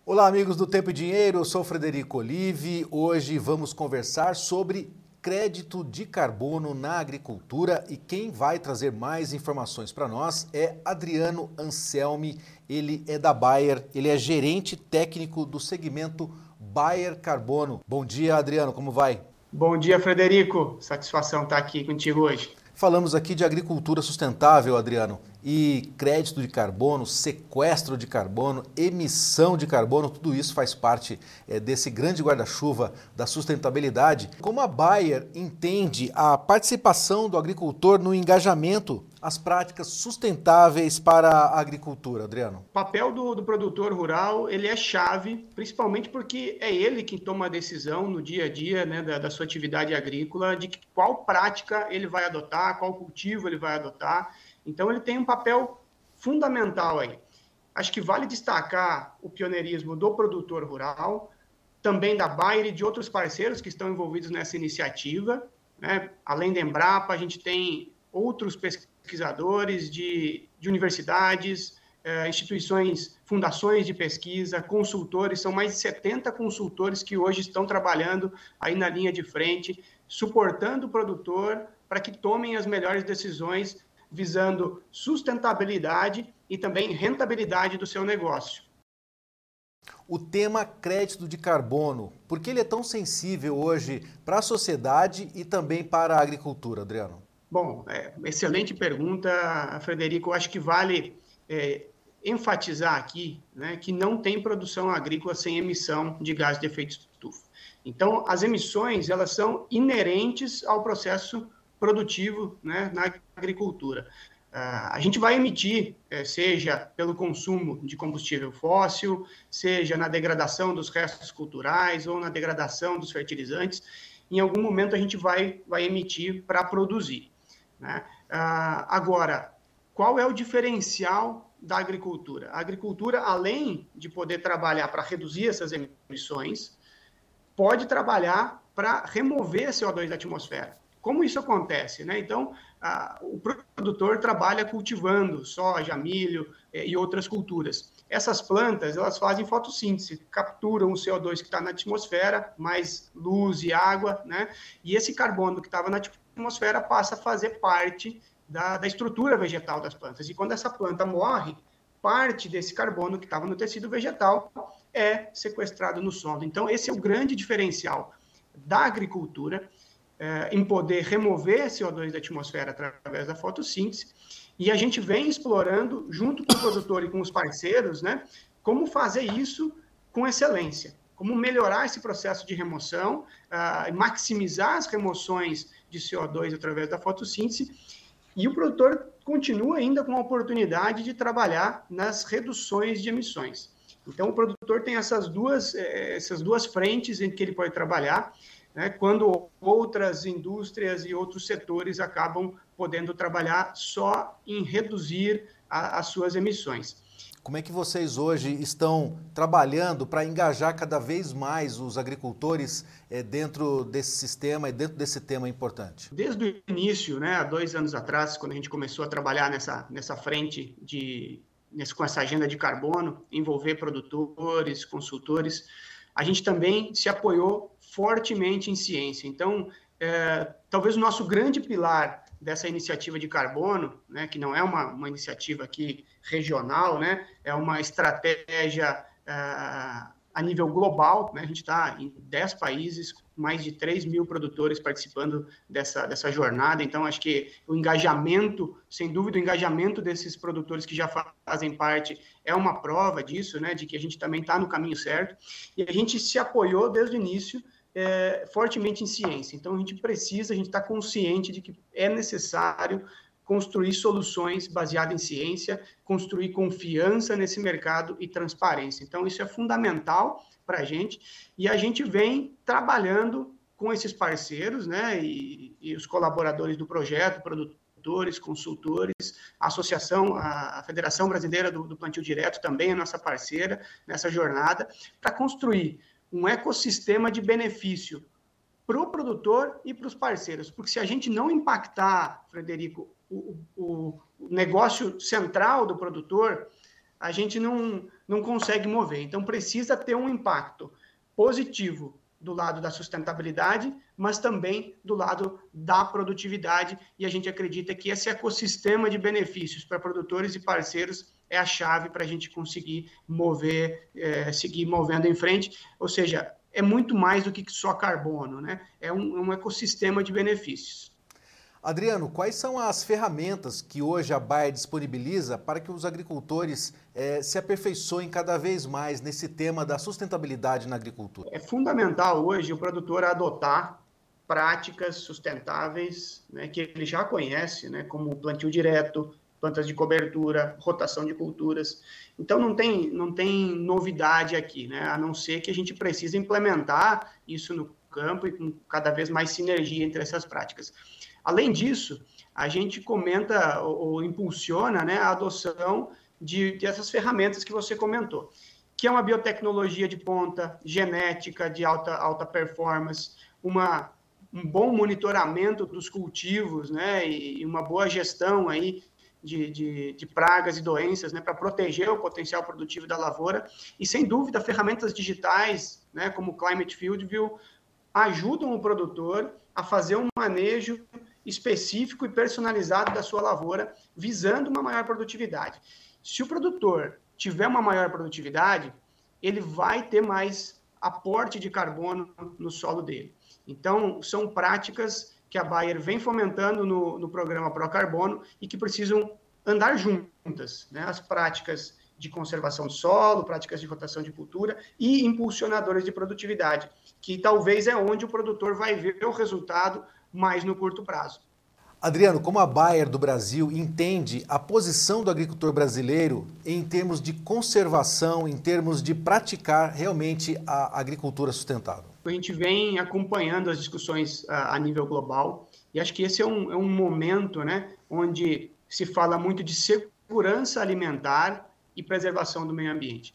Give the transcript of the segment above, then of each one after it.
Olá, amigos do Tempo e Dinheiro, eu sou o Frederico Olive. Hoje vamos conversar sobre crédito de carbono na agricultura e quem vai trazer mais informações para nós é Adriano Anselmi. Ele é da Bayer, ele é gerente técnico do segmento Bayer Carbono. Bom dia, Adriano, como vai? Bom dia, Frederico. Satisfação estar aqui contigo hoje. Falamos aqui de agricultura sustentável, Adriano, e crédito de carbono, sequestro de carbono, emissão de carbono, tudo isso faz parte desse grande guarda-chuva da sustentabilidade. Como a Bayer entende a participação do agricultor no engajamento às práticas sustentáveis para a agricultura, Adriano? O papel do produtor rural ele é chave, principalmente porque é ele que toma a decisão no dia a dia, né, da sua atividade agrícola, de qual prática ele vai adotar, qual cultivo ele vai adotar. Então, ele tem um papel fundamental aí. Acho que vale destacar o pioneirismo do produtor rural, também da Bayer e de outros parceiros que estão envolvidos nessa iniciativa, né? Além da Embrapa, a gente tem outros pesquisadores de universidades, instituições, fundações de pesquisa, consultores, são mais de 70 consultores que hoje estão trabalhando aí na linha de frente, suportando o produtor para que tomem as melhores decisões, visando sustentabilidade e também rentabilidade do seu negócio. O tema crédito de carbono, por que ele é tão sensível hoje para a sociedade e também para a agricultura, Adriano? Bom, excelente pergunta, Frederico. Eu acho que vale enfatizar aqui, né, que não tem produção agrícola sem emissão de gás de efeito estufa. Então, as emissões elas são inerentes ao processo produtivo, né, na agricultura. A gente vai emitir, seja pelo consumo de combustível fóssil, seja na degradação dos restos culturais ou na degradação dos fertilizantes, em algum momento a gente vai emitir para produzir, né? Agora, qual é o diferencial da agricultura? A agricultura, além de poder trabalhar para reduzir essas emissões, pode trabalhar para remover CO2 da atmosfera. Como isso acontece, né? Então, o produtor trabalha cultivando soja, milho e outras culturas. Essas plantas, elas fazem fotossíntese, capturam o CO2 que está na atmosfera, mais luz e água, né? E esse carbono que estava na atmosfera passa a fazer parte da estrutura vegetal das plantas. E quando essa planta morre, parte desse carbono que estava no tecido vegetal é sequestrado no solo. Então, esse é o grande diferencial da agricultura, em poder remover CO2 da atmosfera através da fotossíntese, e a gente vem explorando, junto com o produtor e com os parceiros, né, como fazer isso com excelência, como melhorar esse processo de remoção, maximizar as remoções de CO2 através da fotossíntese, e o produtor continua ainda com a oportunidade de trabalhar nas reduções de emissões. Então, o produtor tem essas duas frentes em que ele pode trabalhar, né, quando outras indústrias e outros setores acabam podendo trabalhar só em reduzir as suas emissões. Como é que vocês hoje estão trabalhando para engajar cada vez mais os agricultores dentro desse sistema e dentro desse tema importante? Desde o início, né, há 2 anos atrás, quando a gente começou a trabalhar nessa frente com essa agenda de carbono, envolver produtores, consultores, a gente também se apoiou fortemente em ciência. Então, talvez o nosso grande pilar dessa iniciativa de carbono, né, que não é uma iniciativa aqui regional, né, é uma estratégia a nível global, né, a gente está em 10 países, mais de 3 mil produtores participando dessa jornada. Então, acho que o engajamento, sem dúvida, o engajamento desses produtores que já fazem parte é uma prova disso, né, de que a gente também está no caminho certo. E a gente se apoiou desde o início fortemente em ciência. Então, a gente está consciente de que é necessário construir soluções baseadas em ciência, construir confiança nesse mercado e transparência. Então, isso é fundamental para a gente, e a gente vem trabalhando com esses parceiros, né, e os colaboradores do projeto, produtores, consultores, a associação, a Federação Brasileira do Plantio Direto também é nossa parceira nessa jornada, para construir um ecossistema de benefício para o produtor e para os parceiros, porque se a gente não impactar, Frederico, o negócio central do produtor, a gente não consegue mover. Então, precisa ter um impacto positivo do lado da sustentabilidade, mas também do lado da produtividade, e a gente acredita que esse ecossistema de benefícios para produtores e parceiros é a chave para a gente conseguir mover, seguir movendo em frente, ou seja, é muito mais do que só carbono, né? É um ecossistema de benefícios. Adriano, quais são as ferramentas que hoje a Bayer disponibiliza para que os agricultores se aperfeiçoem cada vez mais nesse tema da sustentabilidade na agricultura? É fundamental hoje o produtor adotar práticas sustentáveis, né, que ele já conhece, né, como plantio direto, plantas de cobertura, rotação de culturas. Então, não tem novidade aqui, né, a não ser que a gente precise implementar isso no campo e com cada vez mais sinergia entre essas práticas. Além disso, a gente comenta ou impulsiona, né, a adoção dessas ferramentas que você comentou, que é uma biotecnologia de ponta, genética de alta performance, um bom monitoramento dos cultivos, né, e uma boa gestão aí de pragas e doenças, né, para proteger o potencial produtivo da lavoura. E, sem dúvida, ferramentas digitais, né, como o Climate Field View, ajudam o produtor a fazer um manejo específico e personalizado da sua lavoura, visando uma maior produtividade. Se o produtor tiver uma maior produtividade, ele vai ter mais aporte de carbono no solo dele. Então, são práticas que a Bayer vem fomentando no programa Procarbono e que precisam andar juntas, né? As práticas de conservação do solo, práticas de rotação de cultura e impulsionadores de produtividade, que talvez é onde o produtor vai ver o resultado mais no curto prazo. Adriano, como a Bayer do Brasil entende a posição do agricultor brasileiro em termos de conservação, em termos de praticar realmente a agricultura sustentável? A gente vem acompanhando as discussões a nível global e acho que esse é um momento, né, onde se fala muito de segurança alimentar e preservação do meio ambiente.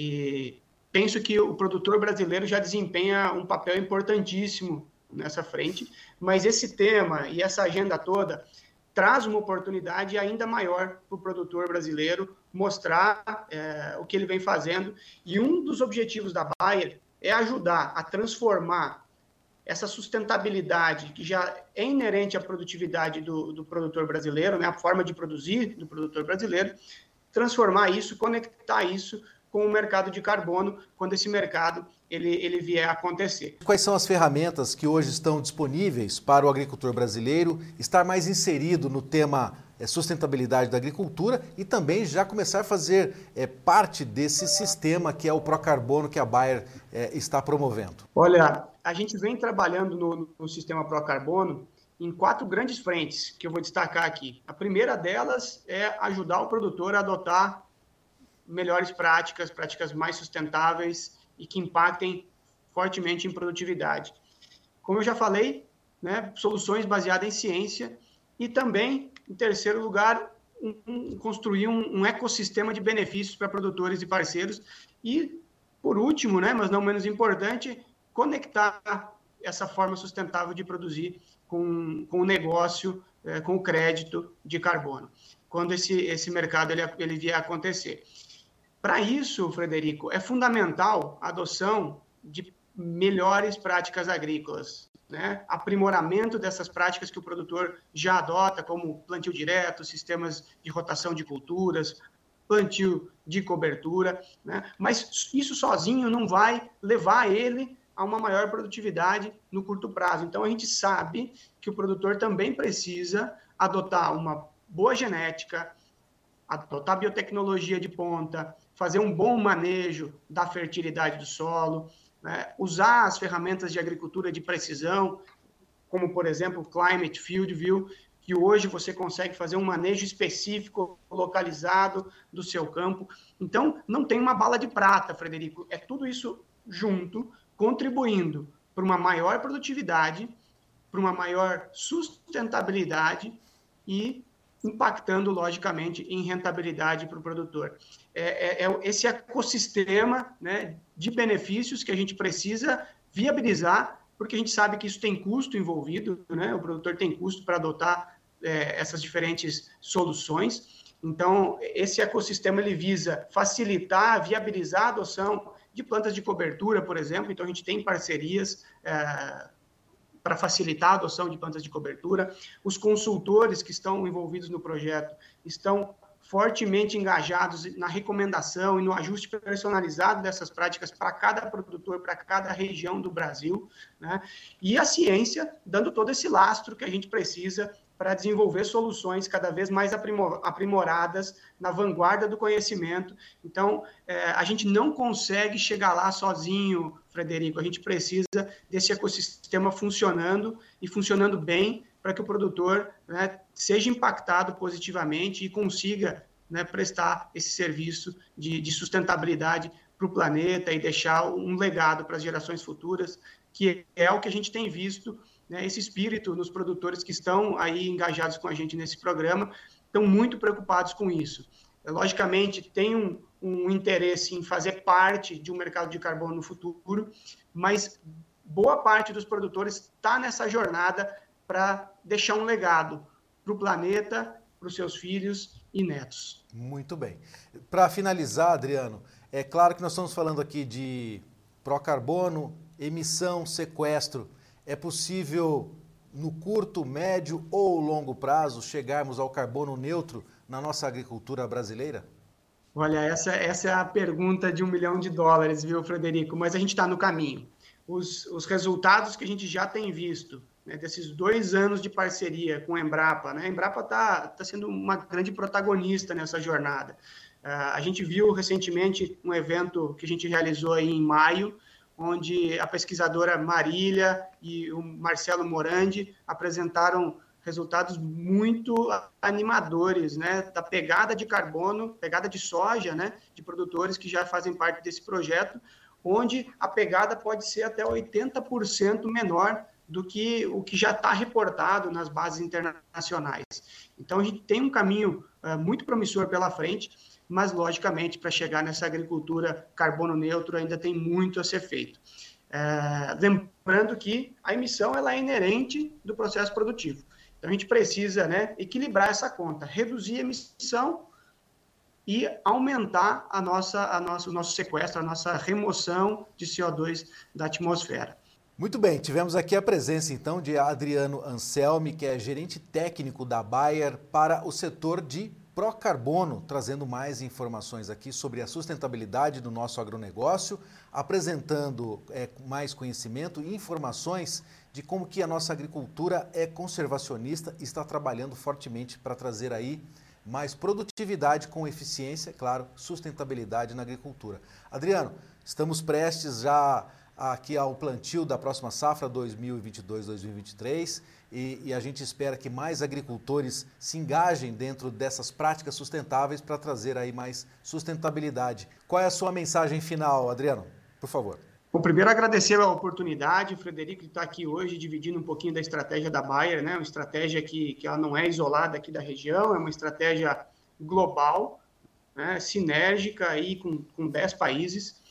E penso que o produtor brasileiro já desempenha um papel importantíssimo nessa frente, mas esse tema e essa agenda toda traz uma oportunidade ainda maior para o produtor brasileiro mostrar o que ele vem fazendo, e um dos objetivos da Bayer é ajudar a transformar essa sustentabilidade que já é inerente à produtividade do produtor brasileiro, né, a forma de produzir do produtor brasileiro, transformar isso, conectar isso com o mercado de carbono, quando esse mercado ele vier a acontecer. Quais são as ferramentas que hoje estão disponíveis para o agricultor brasileiro estar mais inserido no tema sustentabilidade da agricultura e também já começar a fazer parte desse sistema que é o Procarbono que a Bayer está promovendo? Olha, a gente vem trabalhando no sistema Procarbono em 4 grandes frentes, que eu vou destacar aqui. A primeira delas é ajudar o produtor a adotar melhores práticas mais sustentáveis e que impactem fortemente em produtividade. Como eu já falei, né, soluções baseadas em ciência e também, em terceiro lugar, construir um ecossistema de benefícios para produtores e parceiros e, por último, né, mas não menos importante, conectar essa forma sustentável de produzir com o negócio, com o crédito de carbono, quando esse mercado ele vier a acontecer. Para isso, Frederico, é fundamental a adoção de melhores práticas agrícolas, né? Aprimoramento dessas práticas que o produtor já adota, como plantio direto, sistemas de rotação de culturas, plantio de cobertura, né? Mas isso sozinho não vai levar ele a uma maior produtividade no curto prazo. Então, a gente sabe que o produtor também precisa adotar uma boa genética, adotar biotecnologia de ponta, fazer um bom manejo da fertilidade do solo, né? Usar as ferramentas de agricultura de precisão, como, por exemplo, o Climate Field View, que hoje você consegue fazer um manejo específico, localizado do seu campo. Então, não tem uma bala de prata, Frederico. É tudo isso junto, contribuindo para uma maior produtividade, para uma maior sustentabilidade e impactando, logicamente, em rentabilidade para o produtor. Esse ecossistema, né, de benefícios que a gente precisa viabilizar, porque a gente sabe que isso tem custo envolvido, né? O produtor tem custo para adotar essas diferentes soluções, Então, esse ecossistema ele visa facilitar, viabilizar a adoção de plantas de cobertura, por exemplo. Então, a gente tem parcerias para facilitar a adoção de plantas de cobertura. Os consultores que estão envolvidos no projeto estão fortemente engajados na recomendação e no ajuste personalizado dessas práticas para cada produtor, para cada região do Brasil, né? E a ciência dando todo esse lastro que a gente precisa para desenvolver soluções cada vez mais aprimoradas, na vanguarda do conhecimento. Então, a gente não consegue chegar lá sozinho, Frederico, a gente precisa desse ecossistema funcionando e funcionando bem para que o produtor, né, seja impactado positivamente e consiga, né, prestar esse serviço de sustentabilidade para o planeta e deixar um legado para as gerações futuras, que é o que a gente tem visto, né, esse espírito nos produtores que estão aí engajados com a gente nesse programa, estão muito preocupados com isso. Logicamente, tem um interesse em fazer parte de um mercado de carbono no futuro, mas boa parte dos produtores está nessa jornada para deixar um legado para o planeta, para os seus filhos e netos. Muito bem. Para finalizar, Adriano, é claro que nós estamos falando aqui de pró-carbono, emissão, sequestro. É possível, no curto, médio ou longo prazo, chegarmos ao carbono neutro na nossa agricultura brasileira? Olha, essa é a pergunta de $1 milhão, viu, Frederico? Mas a gente está no caminho. Os resultados que a gente já tem visto, né, desses 2 anos de parceria com a Embrapa, né? A Embrapa está sendo uma grande protagonista nessa jornada. A gente viu recentemente um evento que a gente realizou aí em maio, onde a pesquisadora Marília e o Marcelo Morandi apresentaram resultados muito animadores, né, da pegada de carbono, pegada de soja, né, de produtores que já fazem parte desse projeto, onde a pegada pode ser até 80% menor do que o que já está reportado nas bases internacionais. Então, a gente tem um caminho muito promissor pela frente, mas, logicamente, para chegar nessa agricultura carbono neutro ainda tem muito a ser feito. Lembrando que a emissão ela é inerente do processo produtivo. Então, a gente precisa, né, equilibrar essa conta, reduzir a emissão e aumentar o nosso sequestro, a nossa remoção de CO2 da atmosfera. Muito bem, tivemos aqui a presença, então, de Adriano Anselmi, que é gerente técnico da Bayer para o setor de pró-carbono, trazendo mais informações aqui sobre a sustentabilidade do nosso agronegócio, apresentando mais conhecimento e informações de como que a nossa agricultura é conservacionista e está trabalhando fortemente para trazer aí mais produtividade com eficiência, claro, sustentabilidade na agricultura. Adriano, estamos prestes já aqui ao plantio da próxima safra 2022-2023 e a gente espera que mais agricultores se engajem dentro dessas práticas sustentáveis para trazer aí mais sustentabilidade. Qual é a sua mensagem final, Adriano? Por favor. Bom, primeiro agradecer a oportunidade, Frederico, de estar aqui hoje dividindo um pouquinho da estratégia da Bayer, né? Uma estratégia que ela não é isolada aqui da região, é uma estratégia global, né? Sinérgica aí com 10 países.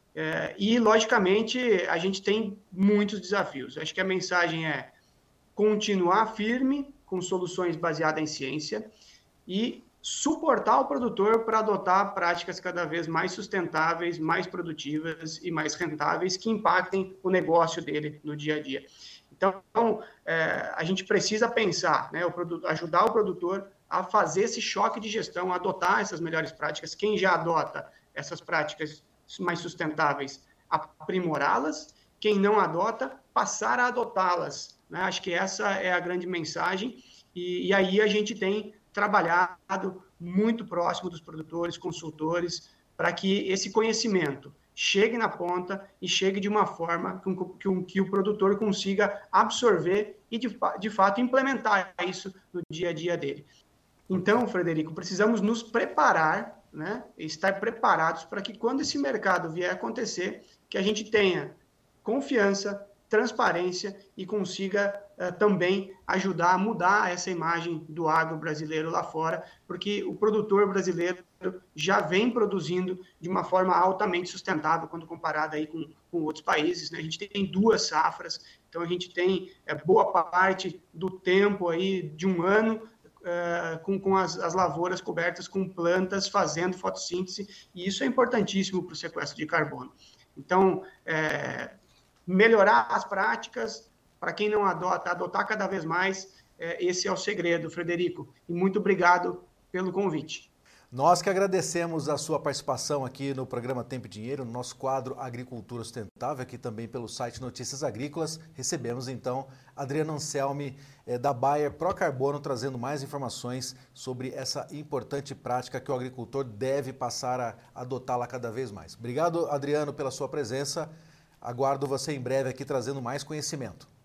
E, logicamente, a gente tem muitos desafios. Acho que a mensagem é continuar firme com soluções baseadas em ciência e suportar o produtor para adotar práticas cada vez mais sustentáveis, mais produtivas e mais rentáveis que impactem o negócio dele no dia a dia. Então, a gente precisa pensar, né, ajudar o produtor a fazer esse choque de gestão, a adotar essas melhores práticas. Quem já adota essas práticas mais sustentáveis, aprimorá-las. Quem não adota, passar a adotá-las, né? Acho que essa é a grande mensagem. E aí a gente tem trabalhado muito próximo dos produtores, consultores, para que esse conhecimento chegue na ponta e chegue de uma forma que o produtor consiga absorver e, de fato, implementar isso no dia a dia dele. Então, Frederico, precisamos nos preparar, né, estar preparados para que quando esse mercado vier a acontecer, que a gente tenha confiança, transparência e consiga também ajudar a mudar essa imagem do agro brasileiro lá fora, porque o produtor brasileiro já vem produzindo de uma forma altamente sustentável quando comparado aí com outros países, né? A gente tem 2 safras, então a gente tem boa parte do tempo aí de um ano com as lavouras cobertas com plantas fazendo fotossíntese, e isso é importantíssimo para o sequestro de carbono. Então, melhorar as práticas, para quem não adota, adotar cada vez mais, esse é o segredo, Frederico. E muito obrigado pelo convite. Nós que agradecemos a sua participação aqui no programa Tempo e Dinheiro, no nosso quadro Agricultura Sustentável, aqui também pelo site Notícias Agrícolas. Recebemos então Adriano Anselmi, da Bayer Procarbono, trazendo mais informações sobre essa importante prática que o agricultor deve passar a adotá-la cada vez mais. Obrigado, Adriano, pela sua presença. Aguardo você em breve aqui trazendo mais conhecimento.